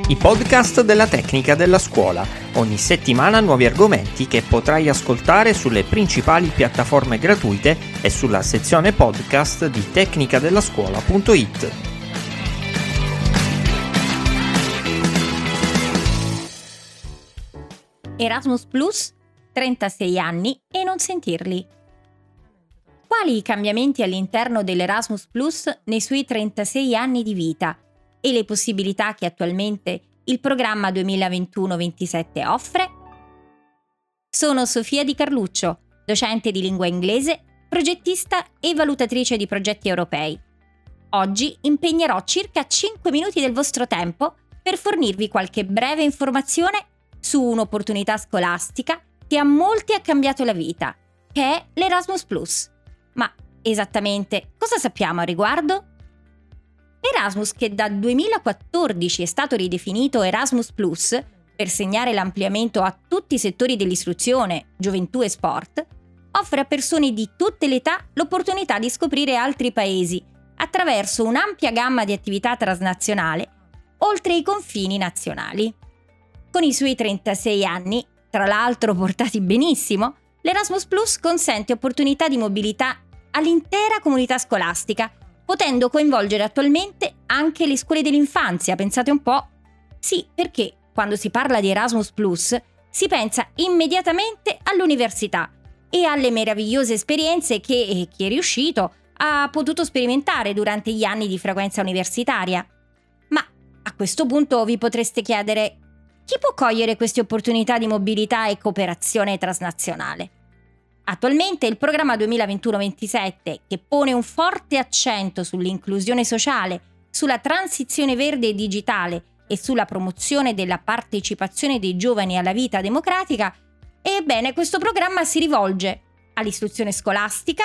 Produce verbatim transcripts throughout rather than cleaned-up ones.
i podcast della Tecnica della Scuola. Ogni settimana nuovi argomenti che potrai ascoltare sulle principali piattaforme gratuite e sulla sezione podcast di tecnicadellascuola punto it. Erasmus Plus, trentasei anni e non sentirli. Quali i cambiamenti all'interno dell'Erasmus Plus nei suoi trentasei anni di vita e le possibilità che attualmente il programma duemilaventuno ventisette offre? Sono Sofia Di Carluccio, docente di lingua inglese, progettista e valutatrice di progetti europei. Oggi impegnerò circa cinque minuti del vostro tempo per fornirvi qualche breve informazione su un'opportunità scolastica che a molti ha cambiato la vita, che è l'Erasmus Plus. Ma esattamente cosa sappiamo a riguardo? Erasmus, che da duemilaquattordici è stato ridefinito Erasmus Plus per segnare l'ampliamento a tutti i settori dell'istruzione, gioventù e sport, offre a persone di tutte le età l'opportunità di scoprire altri paesi attraverso un'ampia gamma di attività transnazionale oltre i confini nazionali. Con i suoi trentasei anni, tra l'altro portati benissimo, l'Erasmus Plus consente opportunità di mobilità all'intera comunità scolastica, potendo coinvolgere attualmente anche le scuole dell'infanzia, pensate un po'. Sì, perché quando si parla di Erasmus Plus si pensa immediatamente all'università e alle meravigliose esperienze che chi è riuscito ha potuto sperimentare durante gli anni di frequenza universitaria. Ma a questo punto vi potreste chiedere: chi può cogliere queste opportunità di mobilità e cooperazione transnazionale? Attualmente il programma duemilaventuno ventisette, che pone un forte accento sull'inclusione sociale, sulla transizione verde e digitale e sulla promozione della partecipazione dei giovani alla vita democratica, ebbene questo programma si rivolge all'istruzione scolastica,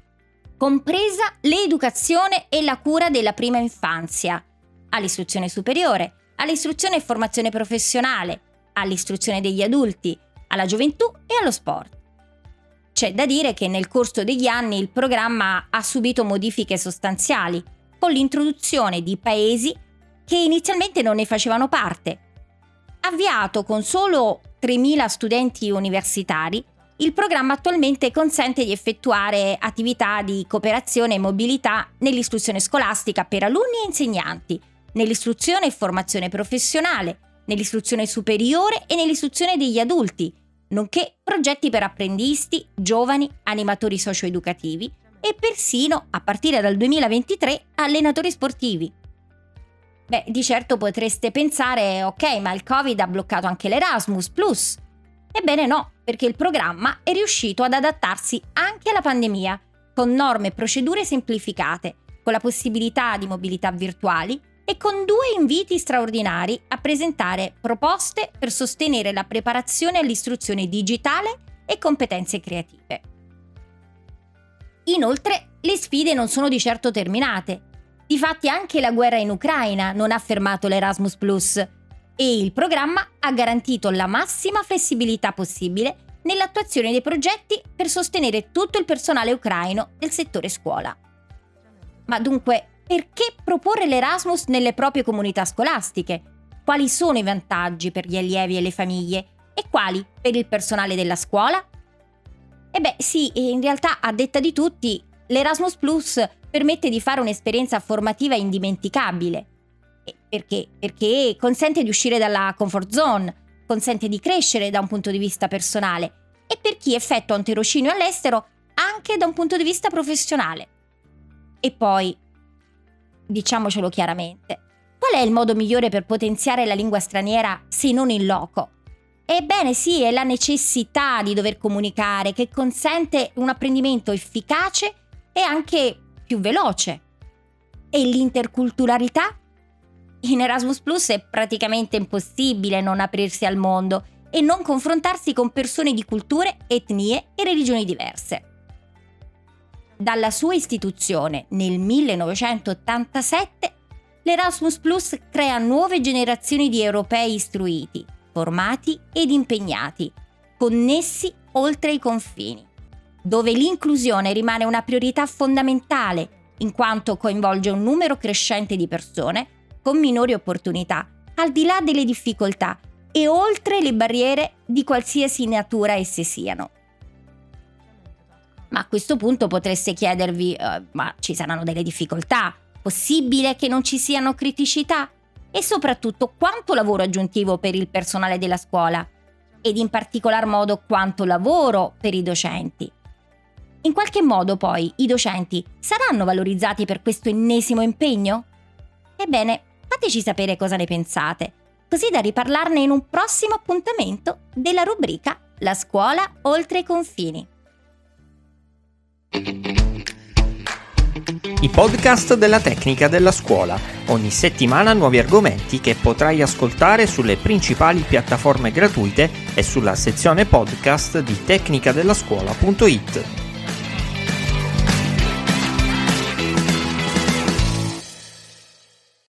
compresa l'educazione e la cura della prima infanzia, all'istruzione superiore, all'istruzione e formazione professionale, all'istruzione degli adulti, alla gioventù e allo sport. C'è da dire che nel corso degli anni il programma ha subito modifiche sostanziali, con l'introduzione di paesi che inizialmente non ne facevano parte. Avviato con solo tremila studenti universitari, il programma attualmente consente di effettuare attività di cooperazione e mobilità nell'istruzione scolastica per alunni e insegnanti, nell'istruzione e formazione professionale, nell'istruzione superiore e nell'istruzione degli adulti, nonché progetti per apprendisti, giovani, animatori socio-educativi e persino, a partire dal duemilaventitré, allenatori sportivi. Beh, di certo potreste pensare: ok, ma il Covid ha bloccato anche l'Erasmus Plus. Ebbene no, perché il programma è riuscito ad adattarsi anche alla pandemia, con norme e procedure semplificate, con la possibilità di mobilità virtuali e con due inviti straordinari a presentare proposte per sostenere la preparazione all'istruzione digitale e competenze creative. Inoltre, le sfide non sono di certo terminate. Difatti anche la guerra in Ucraina non ha fermato l'Erasmus Plus e il programma ha garantito la massima flessibilità possibile nell'attuazione dei progetti per sostenere tutto il personale ucraino del settore scuola. Ma dunque, perché proporre l'Erasmus nelle proprie comunità scolastiche? Quali sono i vantaggi per gli allievi e le famiglie? E quali per il personale della scuola? E beh sì, in realtà, a detta di tutti, l'Erasmus Plus permette di fare un'esperienza formativa indimenticabile. E perché? Perché consente di uscire dalla comfort zone, consente di crescere da un punto di vista personale e per chi effettua un tirocinio all'estero anche da un punto di vista professionale. E poi, diciamocelo chiaramente, qual è il modo migliore per potenziare la lingua straniera se non in loco? Ebbene sì, è la necessità di dover comunicare che consente un apprendimento efficace e anche più veloce. E l'interculturalità? In Erasmus Plus è praticamente impossibile non aprirsi al mondo e non confrontarsi con persone di culture, etnie e religioni diverse. Dalla sua istituzione nel millenovecentottantasette, l'Erasmus Plus crea nuove generazioni di europei istruiti, formati ed impegnati, connessi oltre i confini, dove l'inclusione rimane una priorità fondamentale, in quanto coinvolge un numero crescente di persone con minori opportunità al di là delle difficoltà e oltre le barriere di qualsiasi natura esse siano. Ma a questo punto potreste chiedervi, eh, ma ci saranno delle difficoltà? Possibile che non ci siano criticità? E soprattutto quanto lavoro aggiuntivo per il personale della scuola? Ed in particolar modo quanto lavoro per i docenti? In qualche modo poi i docenti saranno valorizzati per questo ennesimo impegno? Ebbene, fateci sapere cosa ne pensate, così da riparlarne in un prossimo appuntamento della rubrica La scuola oltre i confini. I podcast della Tecnica della Scuola. Ogni settimana nuovi argomenti che potrai ascoltare sulle principali piattaforme gratuite e sulla sezione podcast di tecnica della scuola punto it.